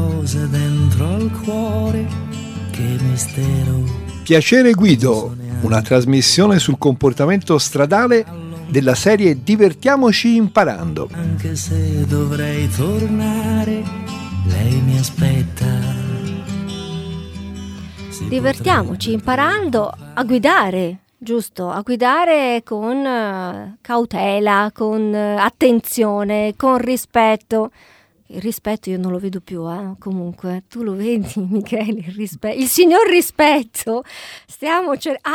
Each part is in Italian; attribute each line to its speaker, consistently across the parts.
Speaker 1: cose dentro al cuore, che mistero.
Speaker 2: Piacere Guido, una trasmissione sul comportamento stradale della serie Divertiamoci imparando.
Speaker 1: Anche se dovrei tornare, lei mi aspetta.
Speaker 3: Divertiamoci imparando a guidare, giusto? A guidare con cautela, con attenzione, con rispetto. Il rispetto io non lo vedo più, comunque. Tu lo vedi, Michele, il rispetto. Il signor rispetto. Stiamo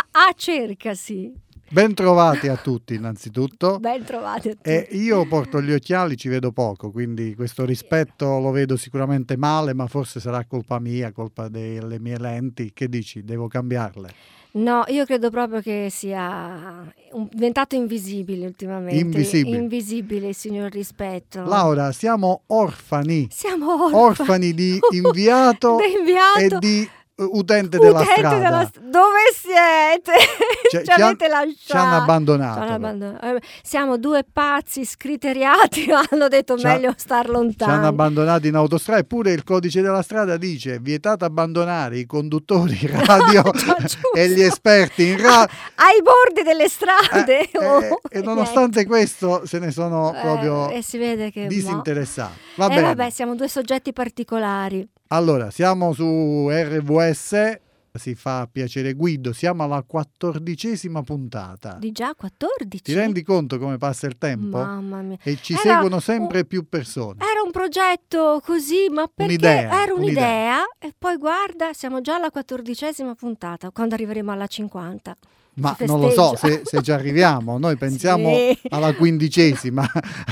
Speaker 3: cercasi.
Speaker 4: Ben trovati a tutti innanzitutto.
Speaker 3: Ben trovati a tutti.
Speaker 4: Io porto gli occhiali, ci vedo poco, quindi questo rispetto lo vedo sicuramente male, ma forse sarà colpa mia, colpa delle mie lenti. Che dici? Devo cambiarle?
Speaker 3: No, io credo proprio che sia diventato invisibile ultimamente. Invisibile il signor rispetto.
Speaker 4: Laura, siamo orfani.
Speaker 3: Siamo
Speaker 4: orfani di inviato e di utente della strada.
Speaker 3: Dove siete? Ci avete lasciato.
Speaker 4: Ci hanno abbandonato.
Speaker 3: Siamo due pazzi scriteriati, hanno detto meglio star lontani.
Speaker 4: Ci hanno abbandonato in autostrada, eppure il codice della strada dice vietato abbandonare i conduttori radio e gli esperti in radio
Speaker 3: ai bordi delle strade.
Speaker 4: E nonostante questo se ne sono proprio
Speaker 3: si vede che
Speaker 4: disinteressati. Vabbè,
Speaker 3: siamo due soggetti particolari.
Speaker 4: Allora, siamo su RVS, si fa Piacere Guido, siamo alla 14ª puntata.
Speaker 3: Di già 14?
Speaker 4: Ti rendi conto come passa il tempo?
Speaker 3: Mamma mia.
Speaker 4: E ci seguono sempre più persone.
Speaker 3: Era un progetto così, ma perché era un'idea e poi guarda, siamo già alla 14ª puntata, quando arriveremo alla 50.
Speaker 4: Ma non lo so se ci arriviamo, noi pensiamo alla 15ª.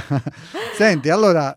Speaker 4: Senti, allora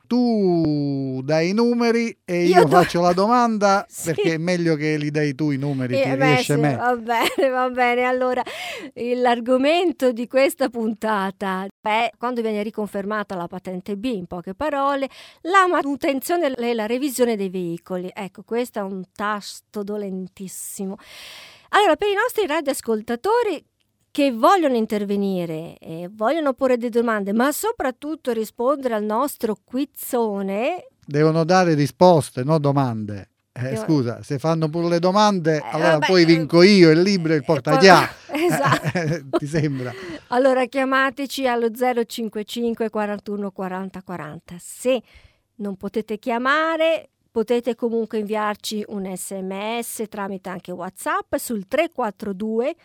Speaker 4: tu dai i numeri e io faccio la domanda, perché è meglio che li dai tu i numeri, ti riesce meglio.
Speaker 3: Va bene. Allora, l'argomento di questa puntata è quando viene riconfermata la patente B, in poche parole, la manutenzione e la revisione dei veicoli. Ecco, questo è un tasto dolentissimo. Allora, per i nostri radioascoltatori che vogliono intervenire e vogliono porre delle domande, ma soprattutto rispondere al nostro quizzone,
Speaker 4: devono dare risposte, no domande. Scusa, se fanno pure le domande, allora poi vinco io il libro e il portachiavi.
Speaker 3: Esatto.
Speaker 4: Ti sembra?
Speaker 3: Allora chiamateci allo 055 41 40 40. Se non potete chiamare, potete comunque inviarci un SMS tramite anche WhatsApp sul 342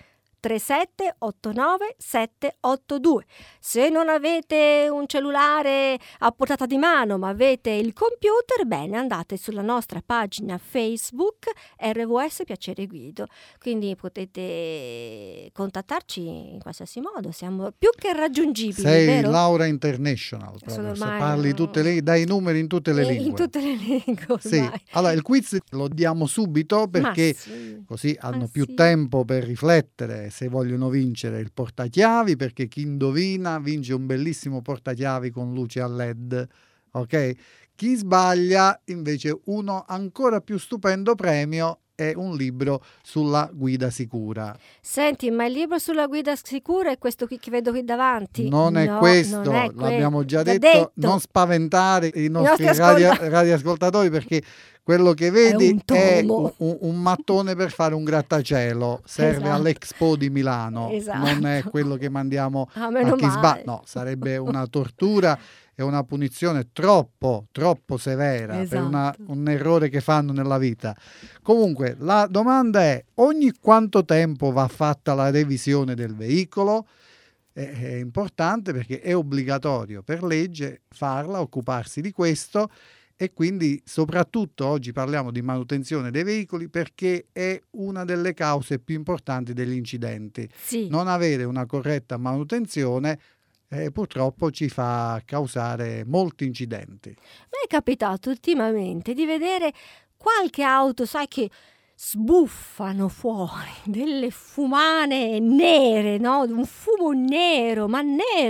Speaker 3: 3789 782. Se non avete un cellulare a portata di mano ma avete il computer, bene, andate sulla nostra pagina Facebook RVS Piacere Guido, quindi potete contattarci in qualsiasi modo, siamo più che raggiungibili.
Speaker 4: Sei
Speaker 3: vero?
Speaker 4: Laura International proprio, parli dai numeri in tutte le lingue.
Speaker 3: In tutte le lingue ormai.
Speaker 4: Sì. Allora il quiz lo diamo subito perché così hanno più tempo per riflettere se vogliono vincere il portachiavi, perché chi indovina vince un bellissimo portachiavi con luce a LED, ok? Chi sbaglia invece uno ancora più stupendo premio è un libro sulla guida sicura.
Speaker 3: Senti, ma il libro sulla guida sicura è questo qui che vedo qui davanti?
Speaker 4: Non è questo, l'abbiamo già detto. Non spaventare i nostri radioascoltatori, perché quello che vedi è un mattone per fare un grattacielo, serve all'Expo di Milano, non è quello che mandiamo a chi sbaglia. No, sarebbe una tortura e una punizione troppo severa per un errore che fanno nella vita. Comunque la domanda è: ogni quanto tempo va fatta la revisione del veicolo? È importante perché è obbligatorio per legge farla, occuparsi di questo, e quindi soprattutto oggi parliamo di manutenzione dei veicoli perché è una delle cause più importanti degli incidenti. Non avere una corretta manutenzione purtroppo ci fa causare molti incidenti.
Speaker 3: Mi è capitato ultimamente di vedere qualche auto, sai, che sbuffano fuori delle fumane nere, no? Un fumo nero, ma nero.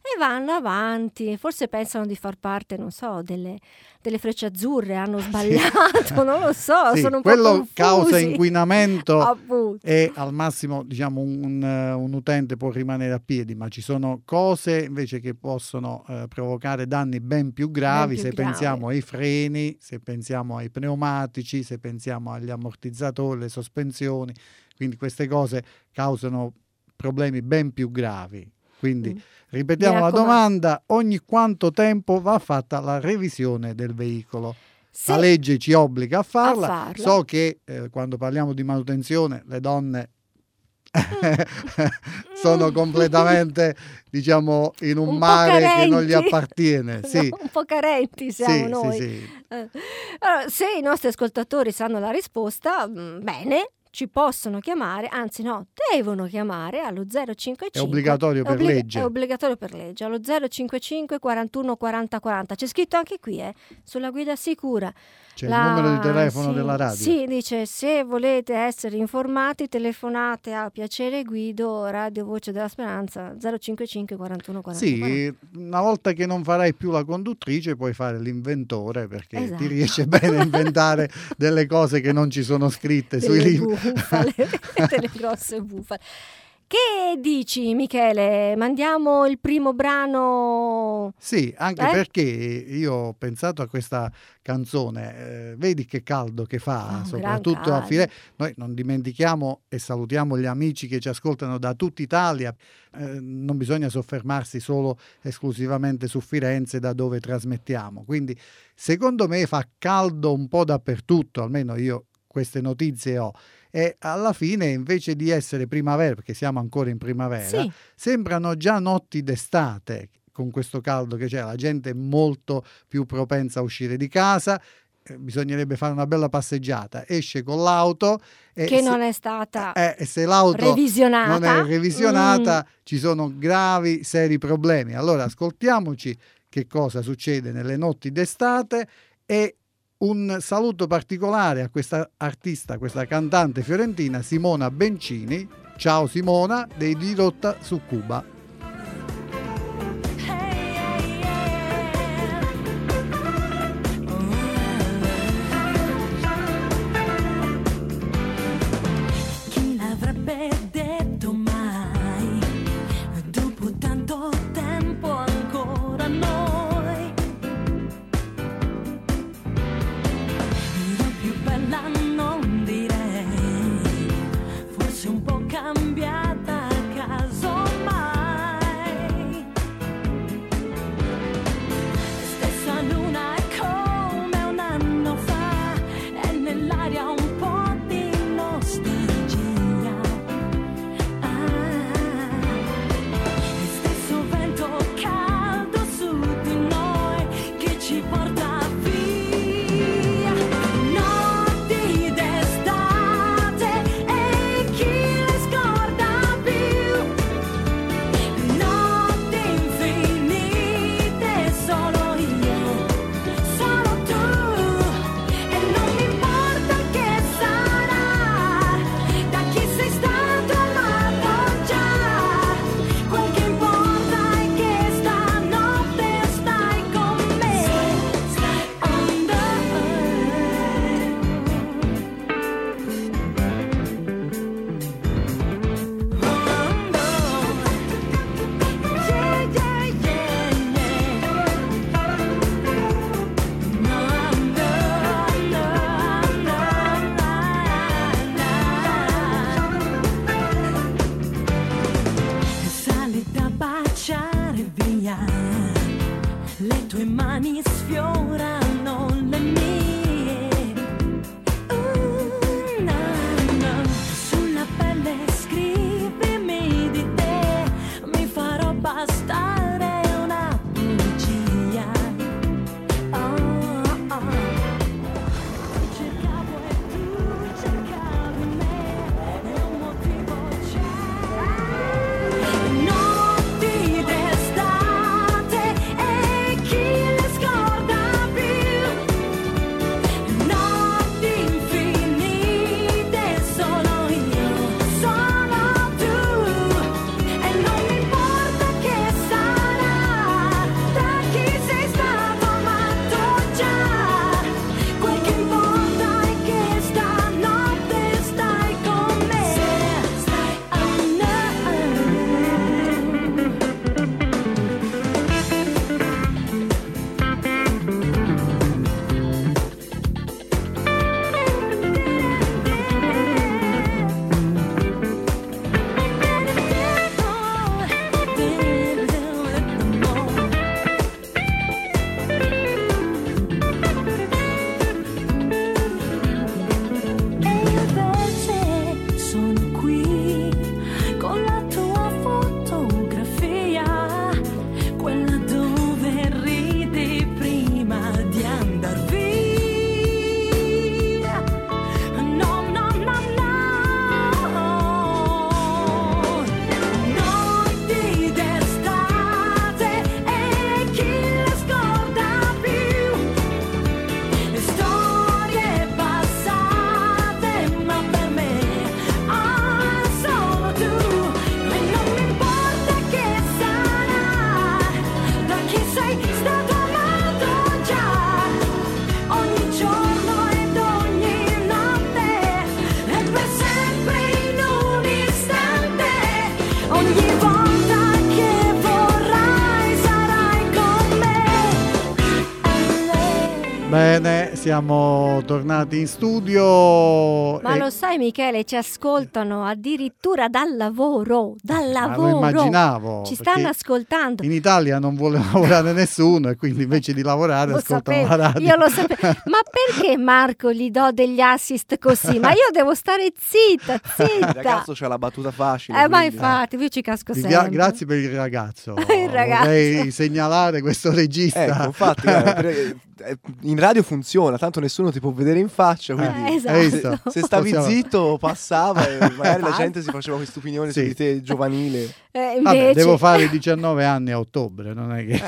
Speaker 3: e vanno avanti, forse pensano di far parte, non so, delle Frecce Azzurre, hanno sbagliato, non lo so,
Speaker 4: sì,
Speaker 3: sono un po'
Speaker 4: quello
Speaker 3: confusi.
Speaker 4: Causa inquinamento
Speaker 3: Appunto.
Speaker 4: E al massimo, diciamo, un utente può rimanere a piedi, ma ci sono cose invece che possono provocare danni ben più gravi, se pensiamo ai freni, se pensiamo ai pneumatici, se pensiamo agli ammortizzatori, le sospensioni, quindi queste cose causano problemi ben più gravi. Quindi ripetiamo la domanda: ogni quanto tempo va fatta la revisione del veicolo? La legge ci obbliga a farla. So che quando parliamo di manutenzione le donne sono completamente, diciamo, in un mare che non gli appartiene. Sì.
Speaker 3: No, un po' carenti siamo noi.
Speaker 4: Sì.
Speaker 3: Allora, se i nostri ascoltatori sanno la risposta, bene, ci possono chiamare, anzi no, devono chiamare allo 055.
Speaker 4: È obbligatorio per legge.
Speaker 3: È obbligatorio per legge, allo 055 41 40 40. C'è scritto anche qui, sulla guida sicura.
Speaker 4: C'è il numero di telefono della radio.
Speaker 3: Sì, dice: se volete essere informati telefonate a Piacere Guido, Radio Voce della Speranza, 055 41 40 40.
Speaker 4: Sì, una volta che non farai più la conduttrice puoi fare l'inventore, perché
Speaker 3: esatto.
Speaker 4: Ti riesce bene a inventare delle cose che non ci sono scritte sui libri.
Speaker 3: Delle grosse bufale. Che dici, Michele? Mandiamo il primo brano?
Speaker 4: Sì, anche perché io ho pensato a questa canzone, vedi che caldo che fa, soprattutto a fine. Noi non dimentichiamo e salutiamo gli amici che ci ascoltano da tutta Italia, non bisogna soffermarsi solo esclusivamente su Firenze, da dove trasmettiamo, quindi secondo me fa caldo un po' dappertutto, almeno io queste notizie ho. E alla fine, invece di essere primavera, perché siamo ancora in primavera, sembrano già notti d'estate, con questo caldo che c'è. La gente è molto più propensa a uscire di casa, bisognerebbe fare una bella passeggiata, esce con l'auto
Speaker 3: che non è stata
Speaker 4: se l'auto
Speaker 3: revisionata.
Speaker 4: Non è revisionata, ci sono gravi, seri problemi. Allora ascoltiamoci che cosa succede nelle notti d'estate e un saluto particolare a questa artista, questa cantante fiorentina, Simona Bencini. Ciao Simona, dei Dirotta su Cuba.
Speaker 5: Chi l'avrebbe detto mai, dopo tanto tempo ancora noi. Non direi, forse un po' cambiata casomai.
Speaker 4: siamo tornati in studio.
Speaker 3: Ma lo sai, Michele, ci ascoltano addirittura dal lavoro.
Speaker 4: Ma lo immaginavo.
Speaker 3: Ci stanno ascoltando.
Speaker 4: In Italia non vuole lavorare nessuno e quindi invece di lavorare ascoltano la radio.
Speaker 3: Io lo sapevo. Ma perché Marco gli do degli assist così? Ma io devo stare zitta.
Speaker 6: Il ragazzo c'ha la battuta facile.
Speaker 3: Ma infatti, io ci casco sempre.
Speaker 4: Grazie per il ragazzo.
Speaker 3: ragazzo.
Speaker 4: Vorrei segnalare questo regista.
Speaker 6: Ecco, infatti, in radio funziona, tanto nessuno ti può vedere in faccia, quindi
Speaker 3: esatto.
Speaker 6: se stavi zitto passava e magari la gente si faceva questa opinione su di te giovanile.
Speaker 3: Invece...
Speaker 4: Vabbè, devo fare 19 anni a ottobre, non è che...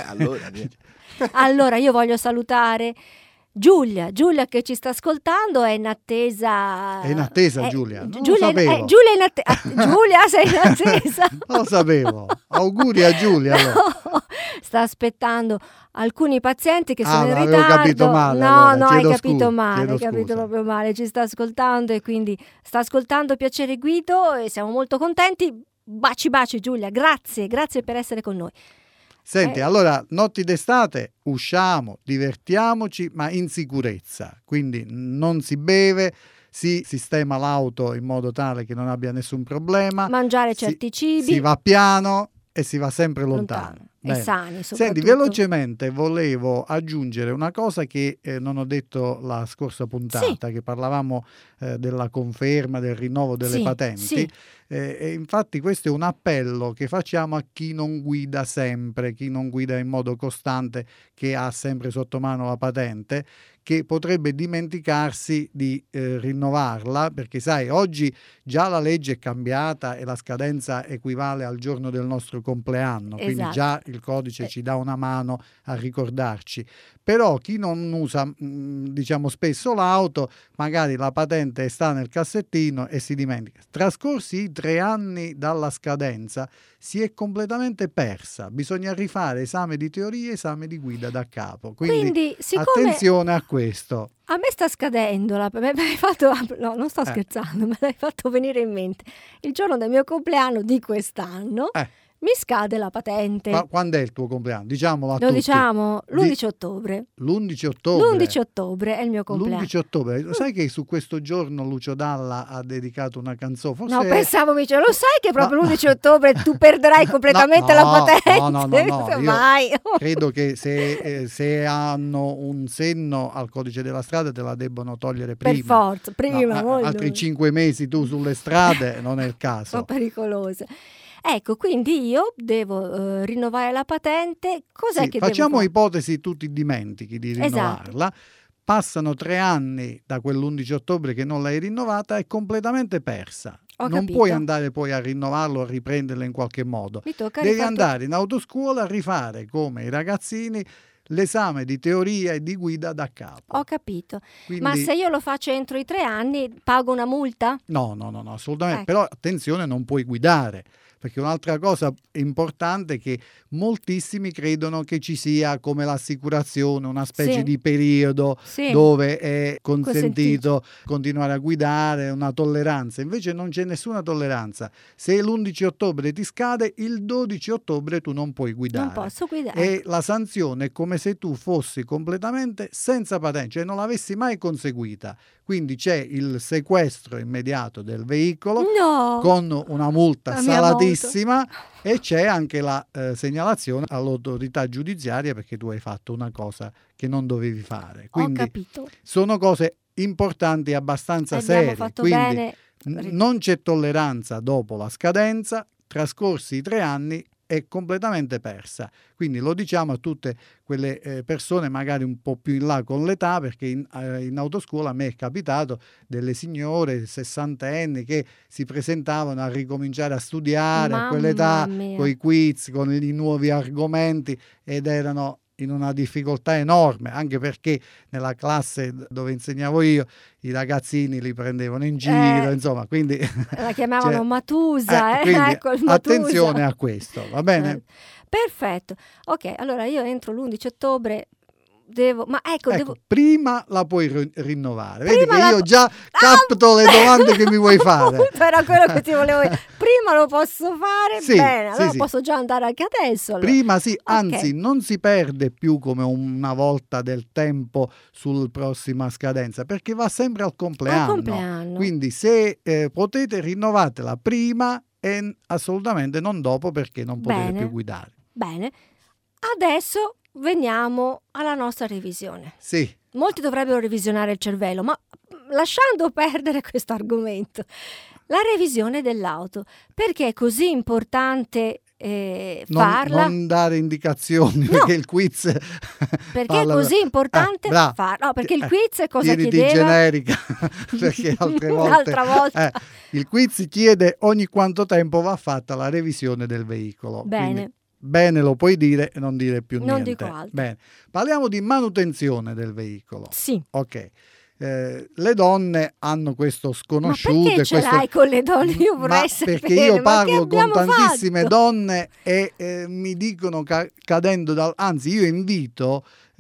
Speaker 3: Allora io voglio salutare Giulia che ci sta ascoltando, è in attesa.
Speaker 4: È in attesa Giulia? Non
Speaker 3: Giulia,
Speaker 4: lo sapevo.
Speaker 3: Giulia, Giulia, sei in attesa?
Speaker 4: Non lo sapevo. Auguri a Giulia. Allora.
Speaker 3: No, sta aspettando alcuni pazienti che sono in ritardo.
Speaker 4: Avevo capito male.
Speaker 3: No,
Speaker 4: allora.
Speaker 3: hai capito male, hai capito proprio male. Ci sta ascoltando e quindi sta ascoltando Piacere Guido e siamo molto contenti. Baci Giulia, grazie per essere con noi.
Speaker 4: Senti, allora, notti d'estate, usciamo, divertiamoci, ma in sicurezza. Quindi non si beve, si sistema l'auto in modo tale che non abbia nessun problema.
Speaker 3: Mangiare certi cibi.
Speaker 4: Si va piano e si va sempre lontano.
Speaker 3: E sani, soprattutto.
Speaker 4: Senti, velocemente volevo aggiungere una cosa che non ho detto la scorsa puntata, che parlavamo della conferma, del rinnovo delle patenti.
Speaker 3: Sì.
Speaker 4: E infatti questo è un appello che facciamo a chi non guida sempre, chi non guida in modo costante, che ha sempre sotto mano la patente, che potrebbe dimenticarsi di rinnovarla, perché sai, oggi già la legge è cambiata e la scadenza equivale al giorno del nostro compleanno, quindi già il codice ci dà una mano a ricordarci. Però chi non usa diciamo spesso l'auto, magari la patente sta nel cassettino e si dimentica. Trascorsi i 3 anni dalla scadenza si è completamente persa, bisogna rifare esame di teoria e esame di guida da capo, quindi attenzione a questo.
Speaker 3: A me sta scadendo, me l'hai fatto, no, non sto scherzando, me l'hai fatto venire in mente il giorno del mio compleanno di quest'anno. Mi scade la patente.
Speaker 4: Ma quando è il tuo compleanno? Diciamolo a
Speaker 3: tutti.
Speaker 4: Lo
Speaker 3: diciamo l'11 ottobre.
Speaker 4: L'11 ottobre?
Speaker 3: L'11 ottobre è il mio compleanno.
Speaker 4: L'11 ottobre. Sai che su questo giorno Lucio Dalla ha dedicato una canzone? Forse
Speaker 3: no, pensavo, lo sai che proprio l'11 ottobre tu perderai completamente la patente?
Speaker 4: No.
Speaker 3: Mai.
Speaker 4: Credo che se hanno un senno al codice della strada te la debbono togliere prima.
Speaker 3: Per forza, prima.
Speaker 4: Altri 5 mesi tu sulle strade non è il caso.
Speaker 3: Sono pericolose. Ecco, quindi io devo rinnovare la patente. Cos'è che
Speaker 4: facciamo
Speaker 3: devo fare?
Speaker 4: ipotesi, tu ti dimentichi di rinnovarla. Passano 3 anni da quell'11 ottobre che non l'hai rinnovata, è completamente persa. Non puoi andare poi a rinnovarlo, a riprenderla in qualche modo. Devi andare in autoscuola a rifare come i ragazzini l'esame di teoria e di guida da capo.
Speaker 3: Ho capito.
Speaker 4: Quindi,
Speaker 3: ma se io lo faccio entro i 3 anni, pago una multa?
Speaker 4: No, assolutamente. Però attenzione, non puoi guidare. Perché un'altra cosa importante è che moltissimi credono che ci sia come l'assicurazione, una specie di periodo dove è consentito continuare a guidare, una tolleranza. Invece non c'è nessuna tolleranza. Se l'11 ottobre ti scade, il 12 ottobre tu non puoi guidare.
Speaker 3: Non posso guidare.
Speaker 4: E la sanzione è come se tu fossi completamente senza patente, cioè non l'avessi mai conseguita. Quindi c'è il sequestro immediato del veicolo con una multa salatissima e c'è anche la segnalazione all'autorità giudiziaria perché tu hai fatto una cosa che non dovevi fare. Quindi
Speaker 3: ho capito.
Speaker 4: Sono cose importanti e abbastanza serie. Quindi non c'è tolleranza dopo la scadenza, trascorsi i 3 anni è completamente persa. Quindi lo diciamo a tutte quelle persone magari un po' più in là con l'età, perché in autoscuola a me è capitato delle signore 60enni che si presentavano a ricominciare a studiare a quell'età, con i quiz, con i nuovi argomenti, ed erano in una difficoltà enorme, anche perché nella classe dove insegnavo io i ragazzini li prendevano in giro, insomma, quindi
Speaker 3: la chiamavano Matusa, ecco il Matusa.
Speaker 4: Attenzione a questo, va bene?
Speaker 3: Perfetto. Ok, allora io entro l'11 ottobre
Speaker 4: prima la puoi rinnovare. Vedi che io già capto le domande che mi vuoi fare.
Speaker 3: Era quello che ti volevo dire. Prima lo posso fare, bene, allora posso già andare anche adesso. Allora.
Speaker 4: Prima sì, anzi non si perde più come una volta del tempo sul prossima scadenza, perché va sempre al compleanno. Quindi se potete, rinnovatela prima e assolutamente non dopo, perché non potete più guidare.
Speaker 3: Bene, adesso veniamo alla nostra revisione.
Speaker 4: Sì.
Speaker 3: Molti dovrebbero revisionare il cervello, ma lasciando perdere questo argomento, la revisione dell'auto, perché è così importante farla?
Speaker 4: Non dare indicazioni, perché il quiz
Speaker 3: perché è così importante farla? No, perché il quiz cosa chiedeva?
Speaker 4: Generica, perché
Speaker 3: un'altra volta
Speaker 4: il quiz chiede ogni quanto tempo va fatta la revisione del veicolo.
Speaker 3: Bene.
Speaker 4: Quindi, bene lo puoi dire e non dire più niente.
Speaker 3: Non dico altro.
Speaker 4: Bene. Parliamo di manutenzione del veicolo.
Speaker 3: Sì.
Speaker 4: Ok. Le donne hanno questo sconosciuto.
Speaker 3: Ma perché ce l'hai con le donne? Io vorrei sapere.
Speaker 4: Perché io parlo con tantissime donne e mi dicono cadendo anzi io invito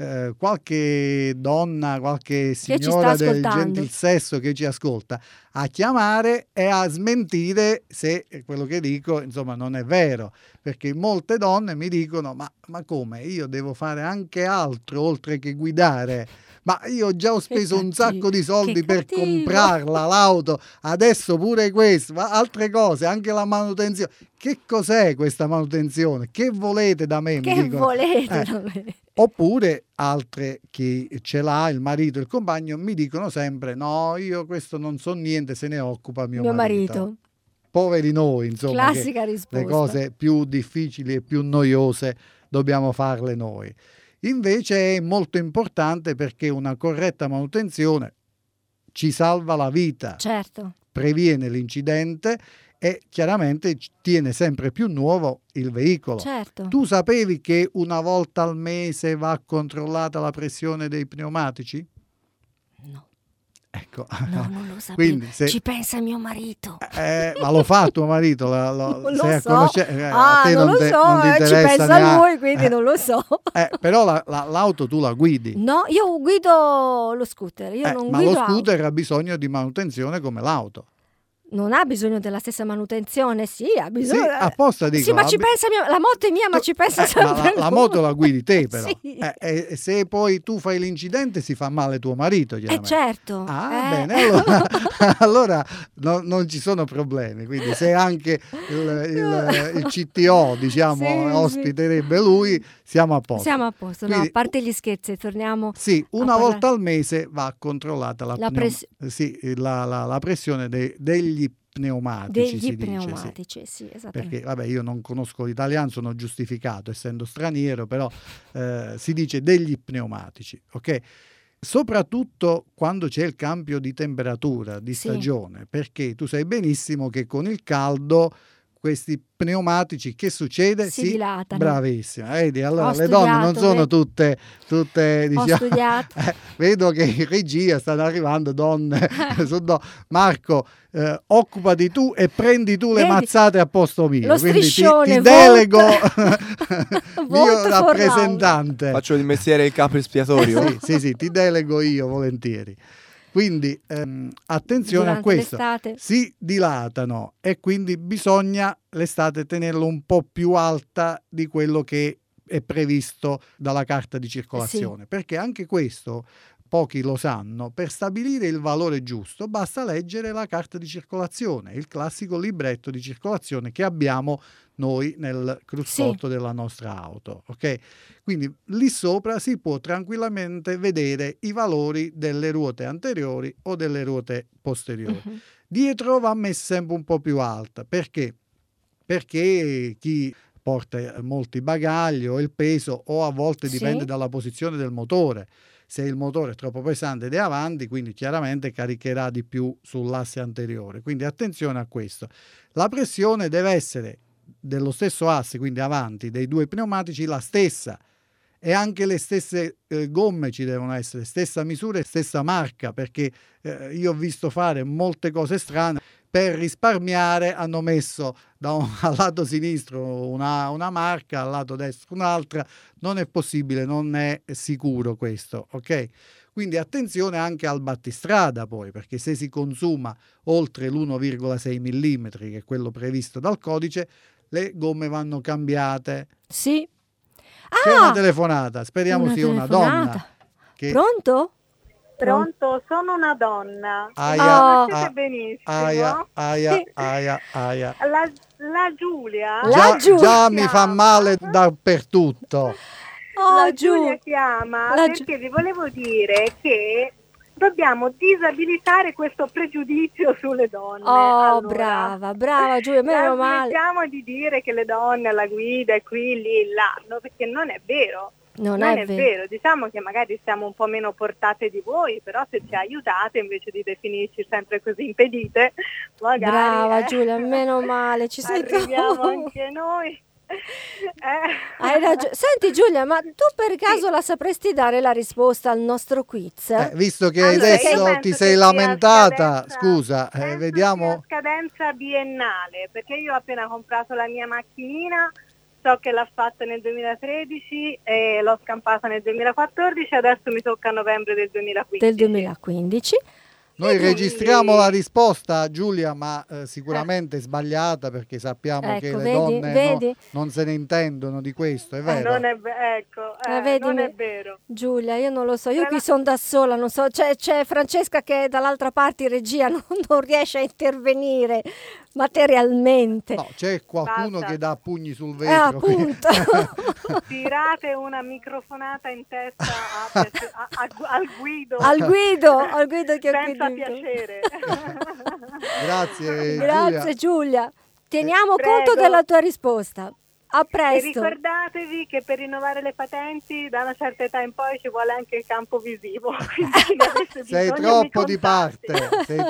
Speaker 4: qualche donna, qualche signora del gentil sesso che ci ascolta a chiamare e a smentire se quello che dico insomma non è vero, perché molte donne mi dicono ma come, io devo fare anche altro oltre che guidare? Ma io già ho speso un sacco di soldi per comprarla l'auto, adesso pure questo, ma altre cose, anche la manutenzione. Che cos'è questa manutenzione? Che volete da me?
Speaker 3: Che volete da me?
Speaker 4: Oppure altre, chi ce l'ha, il marito, il compagno, mi dicono sempre no, io questo non so niente, se ne occupa mio marito. Poveri noi, insomma.
Speaker 3: Classica risposta.
Speaker 4: Le cose più difficili e più noiose dobbiamo farle noi. Invece è molto importante, perché una corretta manutenzione ci salva la vita,
Speaker 3: certo,
Speaker 4: previene l'incidente e chiaramente tiene sempre più nuovo il veicolo.
Speaker 3: Certo.
Speaker 4: Tu sapevi che una volta al mese va controllata la pressione dei pneumatici?
Speaker 3: No.
Speaker 4: Ecco.
Speaker 3: No, non lo sapevo.
Speaker 4: Quindi
Speaker 3: ci pensa mio marito.
Speaker 4: Ma lo fa tuo marito?
Speaker 3: Non lo
Speaker 4: sei
Speaker 3: so.
Speaker 4: A te
Speaker 3: non lo so,
Speaker 4: non ti
Speaker 3: ci pensa lui, quindi non lo so.
Speaker 4: Però l'auto tu la guidi?
Speaker 3: No, io guido lo scooter. Io non
Speaker 4: ma
Speaker 3: guido
Speaker 4: lo scooter ha bisogno di manutenzione come l'auto.
Speaker 3: Non ha bisogno della stessa manutenzione, sì, ha bisogno.
Speaker 4: Sì, apposta dico.
Speaker 3: Sì, ma ci pensa la moto è mia, ma ci pensa sempre.
Speaker 4: La moto la guidi te, però.
Speaker 3: Sì.
Speaker 4: E se poi tu fai l'incidente si fa male tuo marito, chiaramente.
Speaker 3: Certo.
Speaker 4: Bene, allora non ci sono problemi. Quindi se anche il CTO, diciamo, ospiterebbe lui, siamo a posto.
Speaker 3: Siamo a posto, quindi, no, a parte gli scherzi, torniamo.
Speaker 4: Sì, una volta al mese va controllata la pressione degli pneumatici.
Speaker 3: Degli pneumatici, sì, esattamente.
Speaker 4: Perché, io non conosco l'italiano, sono giustificato essendo straniero, però si dice degli pneumatici, ok? Soprattutto quando c'è il cambio di temperatura, di stagione, perché tu sai benissimo che con il caldo questi pneumatici, che succede?
Speaker 3: Si dilatano.
Speaker 4: Bravissima, vedi? Allora le donne non sono tutte diciamo,
Speaker 3: ho studiato.
Speaker 4: Vedo che in regia stanno arrivando donne. Marco, occupati tu e prendi tu le mazzate a posto mio.
Speaker 3: Lo
Speaker 4: quindi
Speaker 3: striscione,
Speaker 4: ti delego mio rappresentante.
Speaker 6: Faccio il mestiere il capo espiatorio.
Speaker 4: Sì, ti delego io volentieri. Quindi attenzione a questo,
Speaker 3: l'estate.
Speaker 4: Si dilatano e quindi bisogna l'estate tenerlo un po' più alta di quello che è previsto dalla carta di circolazione, perché anche questo pochi lo sanno, per stabilire il valore giusto basta leggere la carta di circolazione, il classico libretto di circolazione che abbiamo noi nel cruscotto della nostra auto, ok? Quindi lì sopra si può tranquillamente vedere i valori delle ruote anteriori o delle ruote posteriori. Dietro va messa sempre un po' più alta, perché chi porta molti bagagli o il peso, o a volte dipende dalla posizione del motore. Se il motore è troppo pesante ed è avanti, quindi chiaramente caricherà di più sull'asse anteriore. Quindi attenzione a questo. La pressione deve essere dello stesso asse, quindi avanti, dei due pneumatici la stessa, e anche le stesse gomme ci devono essere, stessa misura e stessa marca, perché io ho visto fare molte cose strane, per risparmiare hanno messo al lato sinistro una marca, al lato destro un'altra. Non è possibile, non è sicuro questo, ok? Quindi attenzione anche al battistrada poi, perché se si consuma oltre l'1,6 mm, che è quello previsto dal codice, le gomme vanno cambiate.
Speaker 3: Sì.
Speaker 4: C'è una telefonata, speriamo sia una donna.
Speaker 3: Pronto?
Speaker 7: Pronto, sono una donna.
Speaker 4: Aia,
Speaker 7: conoscete benissimo.
Speaker 4: Aia.
Speaker 7: La Giulia.
Speaker 4: Già mi fa male dappertutto.
Speaker 7: La Giulia chiama perché vi volevo dire che dobbiamo disabilitare questo pregiudizio sulle donne.
Speaker 3: Allora, brava Giulia, meno male.
Speaker 7: Smettiamo di dire che le donne alla guida è qui, lì, là, no, perché non è vero. Non è vero, diciamo che magari siamo un po' meno portate di voi, però se ci aiutate invece di definirci sempre così impedite, magari
Speaker 3: brava Giulia, meno male, ci sei
Speaker 7: arriviamo anche noi.
Speaker 3: Hai ragione. Senti Giulia, ma tu per caso la sapresti dare la risposta al nostro quiz?
Speaker 4: Visto che adesso ti sei lamentata, scusa, vediamo.
Speaker 7: Scadenza biennale, perché io ho appena comprato la mia macchinina. So che l'ha fatta nel 2013 e l'ho scampata nel 2014, adesso mi tocca a novembre del 2015.
Speaker 4: Noi registriamo la risposta, Giulia, ma sicuramente sbagliata, perché sappiamo che le donne non se ne intendono di questo, è vero?
Speaker 7: Non è non è vero.
Speaker 3: Giulia, io non lo so, io qui sono da sola, non so, c'è Francesca che dall'altra parte in regia non riesce a intervenire materialmente.
Speaker 4: No, c'è qualcuno che dà pugni sul vetro.
Speaker 3: Appunto.
Speaker 7: Tirate una microfonata in testa al Guido.
Speaker 3: Al Guido che
Speaker 7: senza piacere.
Speaker 4: Grazie
Speaker 3: Giulia. Teniamo conto della tua risposta. A presto.
Speaker 7: E ricordatevi che per rinnovare le patenti da una certa età in poi ci vuole anche il campo visivo.
Speaker 4: Sei troppo di parte.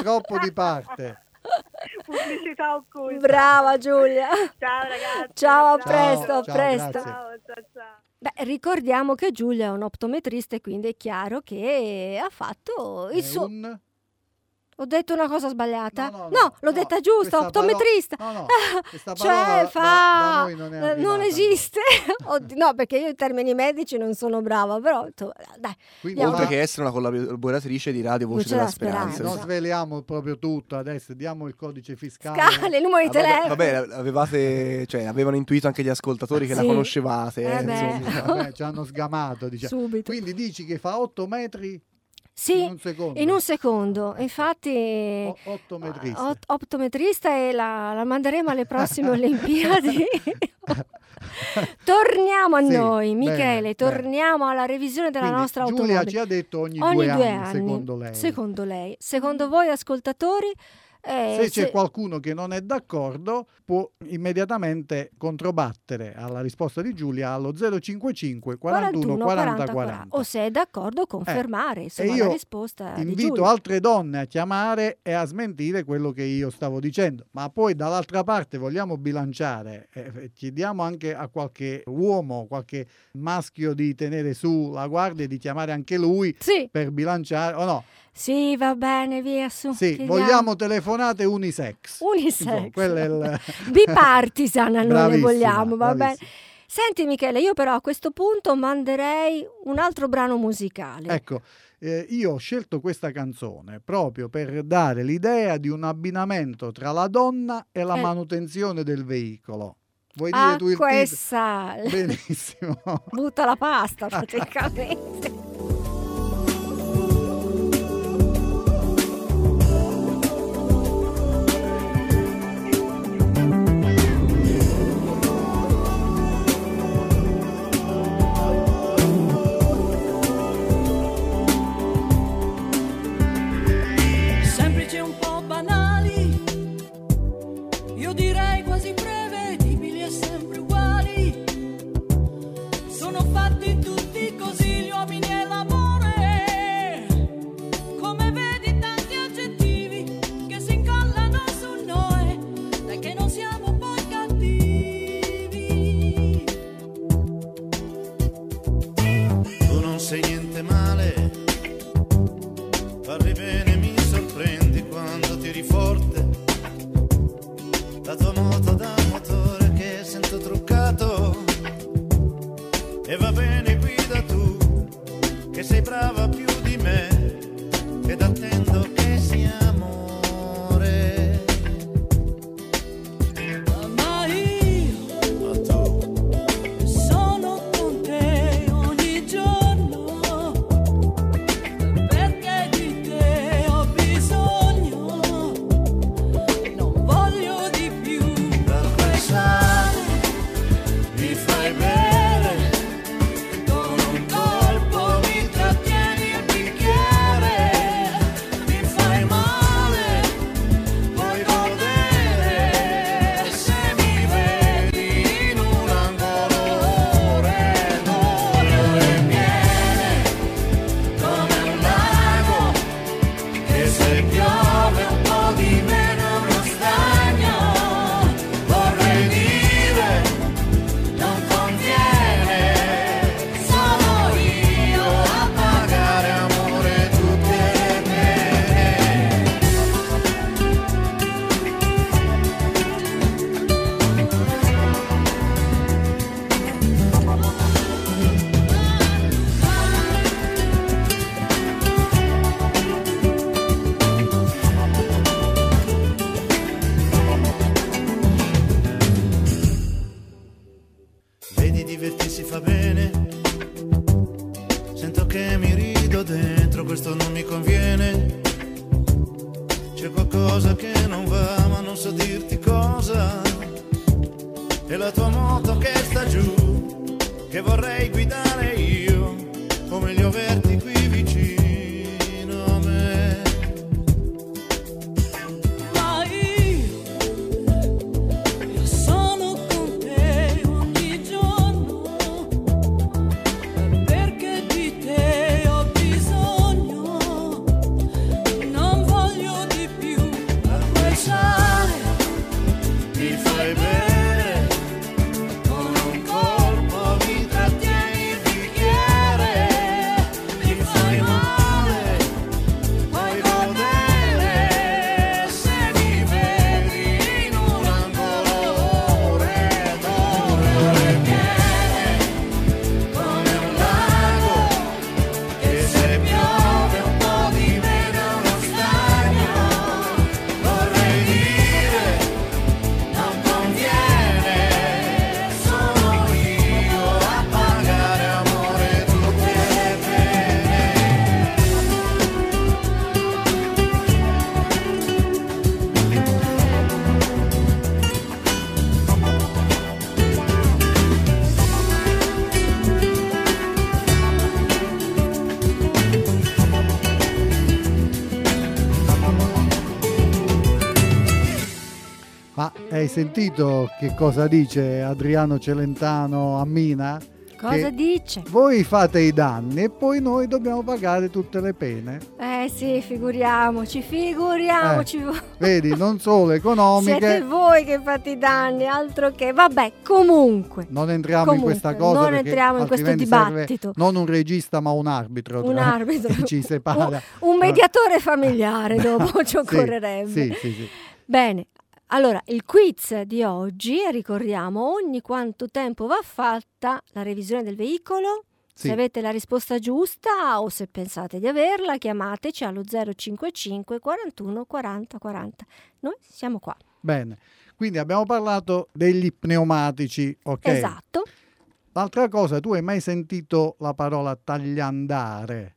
Speaker 7: Pubblicità occulta.
Speaker 3: Brava Giulia.
Speaker 7: Ciao ragazzi.
Speaker 3: Ciao, a presto.
Speaker 7: Ciao.
Speaker 3: Beh, ricordiamo che Giulia è un optometrista e quindi è chiaro che ha fatto il suo... Ho detto una cosa sbagliata? No, l'ho detta giusta, optometrista.
Speaker 4: Cioè
Speaker 3: fa...
Speaker 4: da noi
Speaker 3: non esiste. No, perché io in termini medici non sono brava, però dai.
Speaker 6: Quindi, oltre che essere una collaboratrice di Radio Voce della Speranza.
Speaker 4: Non sveliamo proprio tutto adesso, diamo il codice fiscale.
Speaker 3: Il numero di telefono.
Speaker 6: Vabbè, avevano intuito anche gli ascoltatori che la conoscevate.
Speaker 4: Vabbè, ci hanno sgamato, diciamo.
Speaker 3: Subito.
Speaker 4: Quindi dici che fa 8 metri?
Speaker 3: Sì,
Speaker 4: in un
Speaker 3: secondo. Infatti optometrista e la manderemo alle prossime Olimpiadi. Torniamo a noi, Michele, torniamo alla revisione della nostra automobile.
Speaker 4: Giulia ci ha detto ogni due anni,
Speaker 3: secondo lei. Secondo voi ascoltatori?
Speaker 4: Se c'è qualcuno che non è d'accordo può immediatamente controbattere alla risposta di Giulia allo 055 41 40 40.
Speaker 3: O se è d'accordo confermare la risposta di Giulia.
Speaker 4: Invito altre donne a chiamare e a smentire quello che io stavo dicendo, ma poi dall'altra parte vogliamo bilanciare, chiediamo anche a qualche uomo, qualche maschio di tenere su la guardia e di chiamare anche lui per bilanciare, o no?
Speaker 3: Sì, va bene, via su.
Speaker 4: Sì, vogliamo telefonate unisex.
Speaker 3: Unisex.
Speaker 4: Quello è il...
Speaker 3: Bipartisan, noi le vogliamo, va
Speaker 4: bravissima.
Speaker 3: bene. Senti Michele, io però a questo punto manderei un altro brano musicale.
Speaker 4: Ecco, io ho scelto questa canzone proprio per dare l'idea di un abbinamento tra la donna e la manutenzione del veicolo. Vuoi dire tu il
Speaker 3: titolo?
Speaker 4: Benissimo.
Speaker 3: Butta la pasta praticamente.
Speaker 5: Sono fatti tutti così gli uomini
Speaker 8: C'è qualcosa che non va, ma non so dirti cosa. E la tua moto che sta giù, che vorrei guidare io, o meglio averti qui vicino a me.
Speaker 5: Ma io sono con te ogni giorno, perché di te ho bisogno, non voglio di più abbracciare,
Speaker 8: Mi fai bene, con un colpo mi trattieni il bicchiere, mi fai male, puoi godere, se mi vedi in un angolo ore ed ore piene, come un lago, che se piove un po' diventa uno stagno, vorrei dire, non conviene, sono io a pagare amore tutte le pene.
Speaker 4: Ma hai sentito che cosa dice Adriano Celentano a Mina?
Speaker 3: Cosa
Speaker 4: Che
Speaker 3: dice?
Speaker 4: voi fate i danni e poi noi dobbiamo pagare tutte le pene.
Speaker 3: Sì, figuriamoci.
Speaker 4: Vedi, non solo economiche.
Speaker 3: Siete voi che fate i danni, altro che... Vabbè, comunque.
Speaker 4: Non entriamo in questa cosa,
Speaker 3: non
Speaker 4: perché
Speaker 3: entriamo in questo
Speaker 4: altrimenti serve
Speaker 3: dibattito.
Speaker 4: non un regista ma un arbitro.
Speaker 3: Un arbitro.
Speaker 4: Che ci separa.
Speaker 3: Un mediatore familiare dopo ci occorrerebbe.
Speaker 4: Sì.
Speaker 3: Bene, allora il quiz di oggi, ricordiamo, ogni quanto tempo va fatta la revisione del veicolo?
Speaker 4: Sì.
Speaker 3: Se avete la risposta giusta o se pensate di averla, chiamateci allo 055 41 40 40. Noi siamo qua.
Speaker 4: Bene, quindi abbiamo parlato degli pneumatici, ok?
Speaker 3: Esatto.
Speaker 4: L'altra cosa, tu hai mai sentito la parola tagliandare?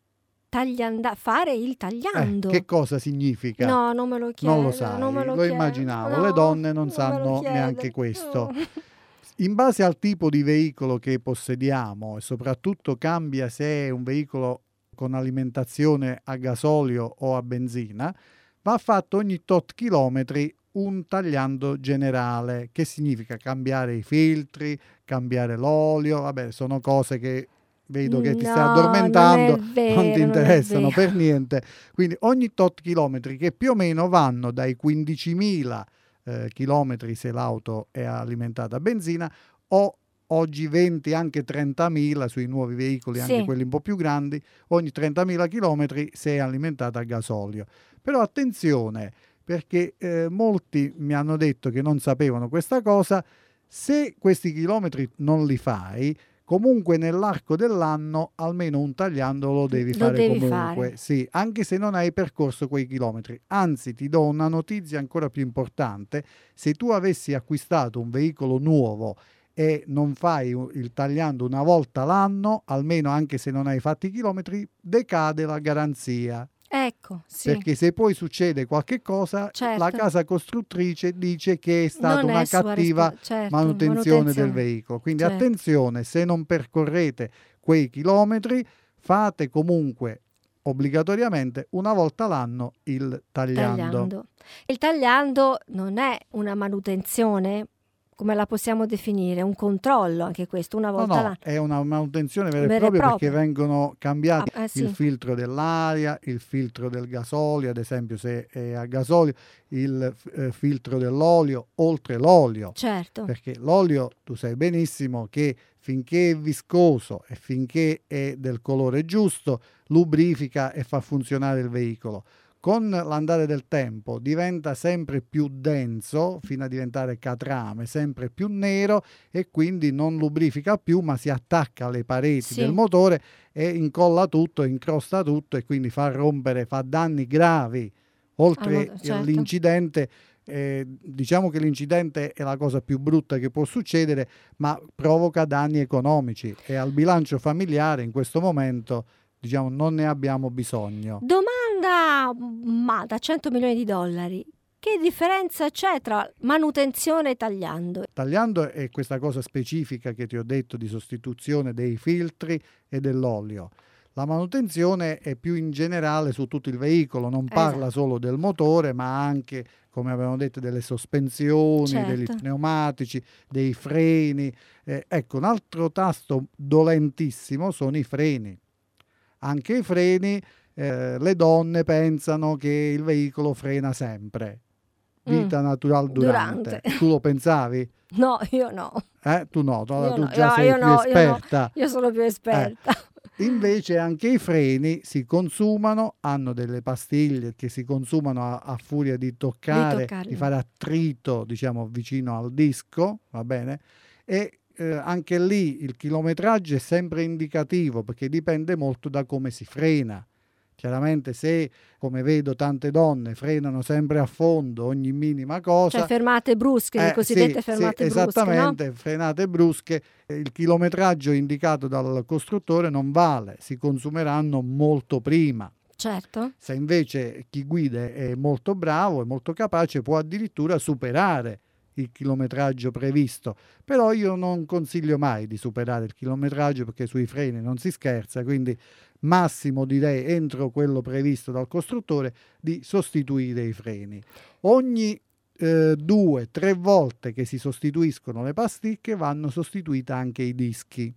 Speaker 3: Fare il tagliando.
Speaker 4: Che cosa significa?
Speaker 3: No, non me lo chiedo.
Speaker 4: Non lo sai, lo immaginavo.
Speaker 3: No,
Speaker 4: le donne non
Speaker 3: me lo
Speaker 4: sanno
Speaker 3: chiede.
Speaker 4: neanche questo.
Speaker 3: No.
Speaker 4: In base al tipo di veicolo che possediamo e soprattutto cambia se è un veicolo con alimentazione a gasolio o a benzina, va fatto ogni tot chilometri un tagliando generale, che significa cambiare i filtri, cambiare l'olio. Vabbè, sono cose che vedo che ti stai addormentando, non ti interessano per niente. Quindi ogni tot chilometri, che più o meno vanno dai 15.000 chilometri se l'auto è alimentata a benzina, o oggi 20, anche 30.000 sui nuovi veicoli, anche quelli un po' più grandi, ogni 30.000 chilometri se è alimentata a gasolio. Però attenzione, perché molti mi hanno detto che non sapevano questa cosa. Se questi chilometri non li fai, comunque nell'arco dell'anno almeno un tagliando lo devi fare comunque. Sì, anche se non hai percorso quei chilometri. Anzi, ti do una notizia ancora più importante: se tu avessi acquistato un veicolo nuovo e non fai il tagliando una volta l'anno, almeno anche se non hai fatto i chilometri, decade la garanzia.
Speaker 3: Ecco, sì.
Speaker 4: Perché se poi succede qualche cosa, la casa costruttrice dice che è stata una cattiva manutenzione del veicolo. Quindi attenzione, se non percorrete quei chilometri, fate comunque obbligatoriamente una volta l'anno il tagliando.
Speaker 3: Il tagliando non è una manutenzione, come la possiamo definire? Un controllo, anche questo, una volta l'anno.
Speaker 4: È una manutenzione vera e propria, perché vengono cambiati il filtro dell'aria, il filtro del gasolio, ad esempio se è a gasolio, il filtro dell'olio, oltre l'olio.
Speaker 3: Certo.
Speaker 4: Perché l'olio, tu sai benissimo che finché è viscoso e finché è del colore giusto, lubrifica e fa funzionare il veicolo. Con l'andare del tempo diventa sempre più denso fino a diventare catrame, sempre più nero, e quindi non lubrifica più, ma si attacca alle pareti del motore e incolla tutto, incrosta tutto, e quindi fa rompere, fa danni gravi. Oltre all'incidente, diciamo che l'incidente è la cosa più brutta che può succedere, ma provoca danni economici, e al bilancio familiare in questo momento, diciamo, non ne abbiamo bisogno.
Speaker 3: Domanda un'azienda da 100 milioni di dollari. Che differenza c'è tra manutenzione e tagliando?
Speaker 4: Tagliando è questa cosa specifica che ti ho detto di sostituzione dei filtri e dell'olio. La manutenzione è più in generale su tutto il veicolo, non parla solo del motore, ma anche, come avevamo detto, delle sospensioni, degli pneumatici, dei freni. Ecco, un altro tasto dolentissimo sono i freni. Anche i freni, le donne pensano che il veicolo frena sempre. Vita natural durante. Tu lo pensavi?
Speaker 3: No, io no.
Speaker 4: Tu no, tu già sei più esperta.
Speaker 3: Io sono più esperta.
Speaker 4: Invece anche i freni si consumano, hanno delle pastiglie che si consumano a furia di toccare, di fare attrito, diciamo, vicino al disco, va bene? E anche lì il chilometraggio è sempre indicativo, perché dipende molto da come si frena. Chiaramente se, come vedo, tante donne frenano sempre a fondo ogni minima cosa.
Speaker 3: Cioè fermate brusche, le cosiddette fermate brusche,
Speaker 4: esattamente,
Speaker 3: no?
Speaker 4: Frenate brusche, il chilometraggio indicato dal costruttore non vale, si consumeranno molto prima.
Speaker 3: Certo.
Speaker 4: Se invece chi guida è molto bravo, è molto capace, può addirittura superare il chilometraggio previsto, però io non consiglio mai di superare il chilometraggio, perché sui freni non si scherza, quindi massimo direi entro quello previsto dal costruttore di sostituire i freni. Ogni 2-3 volte che si sostituiscono le pasticche vanno sostituite anche i dischi.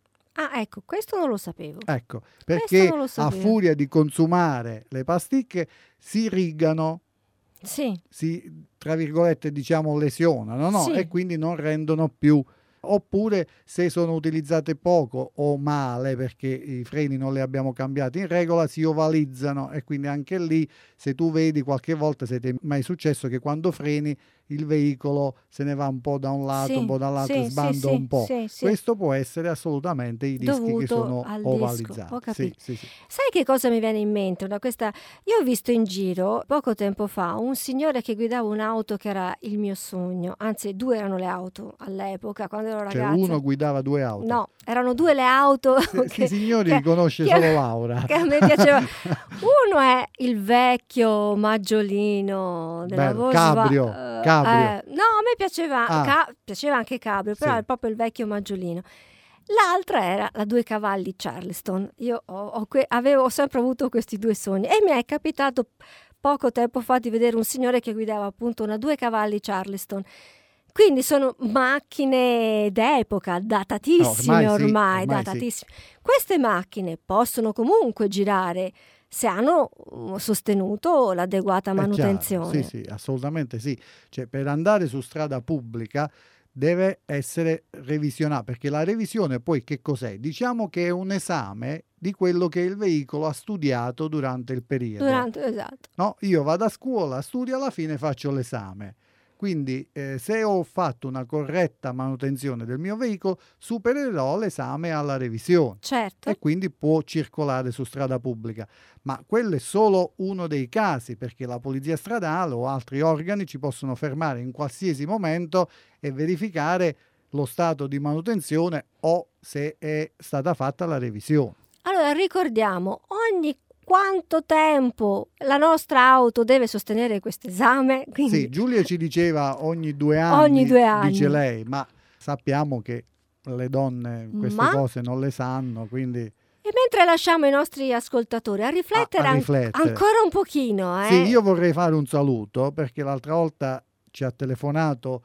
Speaker 3: Ah, ecco, questo non lo sapevo.
Speaker 4: Ecco, perché a furia di consumare le pasticche si rigano.
Speaker 3: Sì.
Speaker 4: Si, tra virgolette, diciamo, lesionano, no?
Speaker 3: Sì.
Speaker 4: E quindi non rendono più. Oppure se sono utilizzate poco o male, perché i freni non li abbiamo cambiati in regola, si ovalizzano, e quindi anche lì, se tu vedi, qualche volta, se ti è mai successo che quando freni il veicolo se ne va un po' da un lato, un po' dall'altro, sbanda un po'. Questo può essere assolutamente i dischi dovuto che sono ovalizzati.
Speaker 3: Ho capito. Sai che cosa mi viene in mente? Io ho visto in giro poco tempo fa un signore che guidava un'auto che era il mio sogno, anzi 2 erano le auto all'epoca quando ero ragazza.
Speaker 4: Cioè uno guidava 2 auto?
Speaker 3: No, erano 2 le auto.
Speaker 4: Che signori li conosce solo Laura.
Speaker 3: Che a me piaceva. Uno è il vecchio maggiolino della Volkswagen.
Speaker 4: Cabrio.
Speaker 3: No, a me piaceva, piaceva anche Cabrio, però è proprio il vecchio maggiolino. L'altra era la 2 cavalli Charleston. Io avevo sempre avuto questi 2 sogni, e mi è capitato poco tempo fa di vedere un signore che guidava appunto una 2 cavalli Charleston. Quindi sono macchine d'epoca, datatissime ormai datatissime. Sì. Queste macchine possono comunque girare se hanno sostenuto l'adeguata manutenzione.
Speaker 4: Sì, assolutamente sì. Cioè, per andare su strada pubblica deve essere revisionata, perché la revisione poi che cos'è? Diciamo che è un esame di quello che il veicolo ha studiato durante il periodo.
Speaker 3: Esatto.
Speaker 4: No, io vado a scuola, studio, alla fine faccio l'esame. Quindi se ho fatto una corretta manutenzione del mio veicolo, supererò l'esame alla revisione.
Speaker 3: Certo.
Speaker 4: E quindi può circolare su strada pubblica. Ma quello è solo uno dei casi, perché la polizia stradale o altri organi ci possono fermare in qualsiasi momento e verificare lo stato di manutenzione o se è stata fatta la revisione.
Speaker 3: Allora ricordiamo, ogni quanto tempo la nostra auto deve sostenere questo esame? Quindi...
Speaker 4: Sì, Giulia ci diceva ogni 2 anni, dice lei, ma sappiamo che le donne queste cose non le sanno, quindi...
Speaker 3: E mentre lasciamo i nostri ascoltatori a riflettere, ancora un pochino.
Speaker 4: Sì, io vorrei fare un saluto, perché l'altra volta ci ha telefonato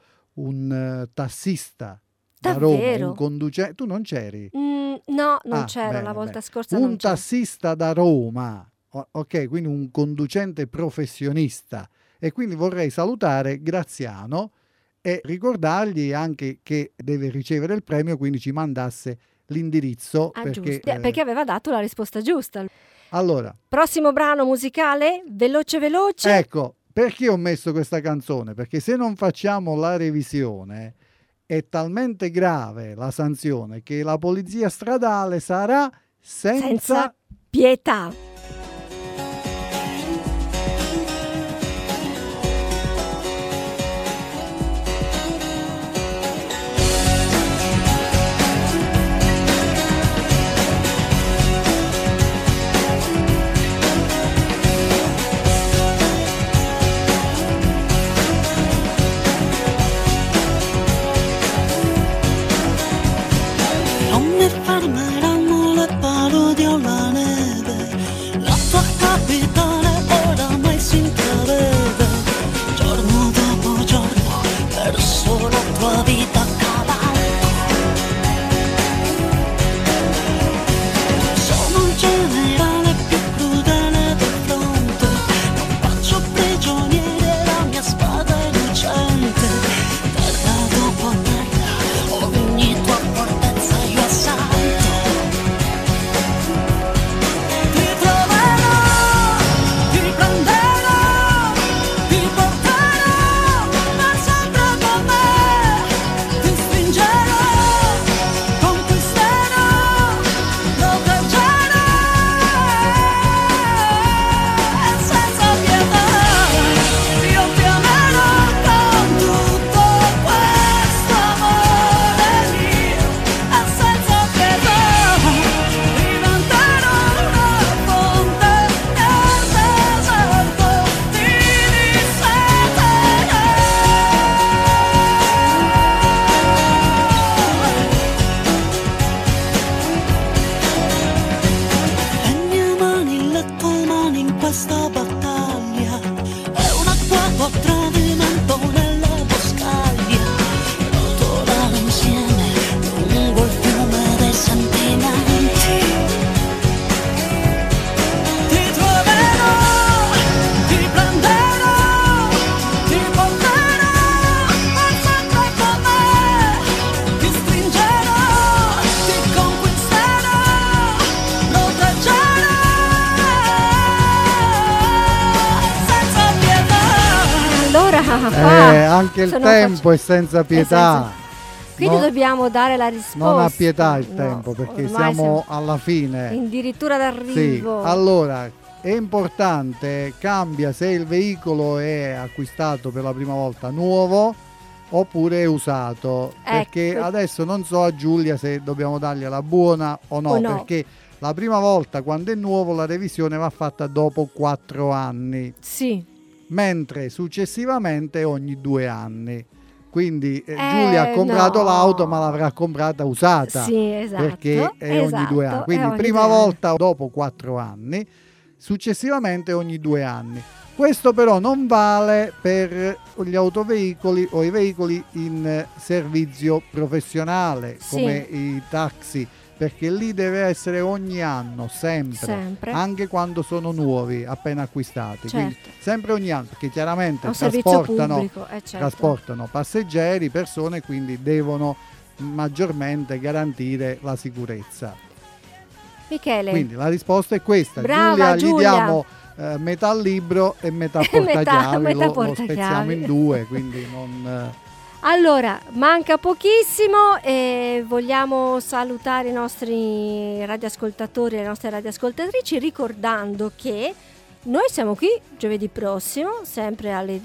Speaker 4: un tassista da Roma, un conducente. Tu non c'eri?
Speaker 3: No, non c'ero, la volta scorsa
Speaker 4: un tassista da Roma, ok, quindi un conducente professionista, e quindi vorrei salutare Graziano e ricordargli anche che deve ricevere il premio, quindi ci mandasse l'indirizzo
Speaker 3: perché aveva dato la risposta giusta.
Speaker 4: Allora,
Speaker 3: prossimo brano musicale, veloce.
Speaker 4: Ecco, perché ho messo questa canzone? Perché se non facciamo la revisione è talmente grave la sanzione che la polizia stradale sarà senza
Speaker 3: pietà.
Speaker 4: Anche il tempo è senza pietà.
Speaker 3: Quindi dobbiamo dare la risposta.
Speaker 4: Non ha pietà il tempo, perché siamo alla fine.
Speaker 3: Addirittura d'arrivo.
Speaker 4: Sì. Allora, è importante, cambia se il veicolo è acquistato per la prima volta nuovo oppure è usato. Perché adesso non so a Giulia se dobbiamo dargliela buona o no. Perché la prima volta, quando è nuovo, la revisione va fatta dopo 4 anni.
Speaker 3: Sì.
Speaker 4: Mentre successivamente ogni 2 anni. Quindi Giulia ha comprato l'auto, ma l'avrà comprata usata.
Speaker 3: Sì, esatto.
Speaker 4: Perché è ogni 2 anni. Quindi prima volta dopo 4 anni, successivamente ogni 2 anni. Questo però non vale per gli autoveicoli o i veicoli in servizio professionale, come i taxi, perché lì deve essere ogni anno, sempre. Anche quando sono nuovi, appena acquistati. Quindi sempre ogni anno, perché chiaramente trasportano passeggeri, persone, quindi devono maggiormente garantire la sicurezza.
Speaker 3: Michele.
Speaker 4: Quindi la risposta è questa.
Speaker 3: Brava,
Speaker 4: Giulia, gli diamo metà libro e metà portachiavi, lo spezziamo in 2, quindi non...
Speaker 3: Allora, manca pochissimo e vogliamo salutare i nostri radioascoltatori e le nostre radioascoltatrici, ricordando che noi siamo qui giovedì prossimo, sempre alle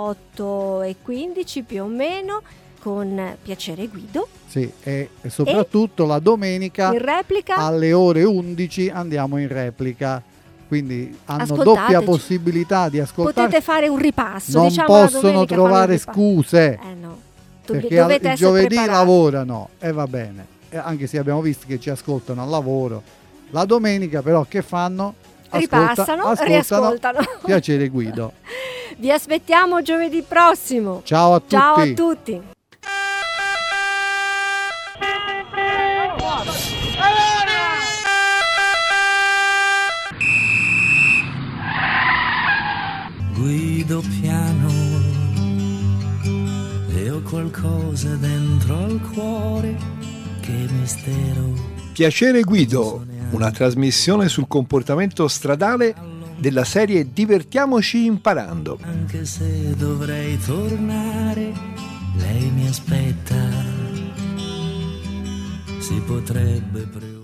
Speaker 3: 18:15 più o meno, con Piacere Guido.
Speaker 4: Sì, e soprattutto la domenica
Speaker 3: in replica
Speaker 4: alle ore 11 andiamo in replica. Quindi hanno doppia possibilità di ascoltare.
Speaker 3: Potete fare un ripasso.
Speaker 4: Non
Speaker 3: diciamo
Speaker 4: possono trovare scuse.
Speaker 3: No.
Speaker 4: Perché il giovedì lavorano e va bene. Anche se abbiamo visto che ci ascoltano al lavoro. La domenica però che fanno?
Speaker 3: Riascoltano.
Speaker 4: Piacere Guido.
Speaker 3: Vi aspettiamo giovedì prossimo.
Speaker 4: Ciao a tutti.
Speaker 3: Ciao a tutti.
Speaker 1: Guido piano e ho qualcosa dentro al cuore, che mistero.
Speaker 2: Piacere Guido, una trasmissione sul comportamento stradale della serie Divertiamoci imparando.
Speaker 1: Anche se dovrei tornare, lei mi aspetta, si potrebbe preoccupare.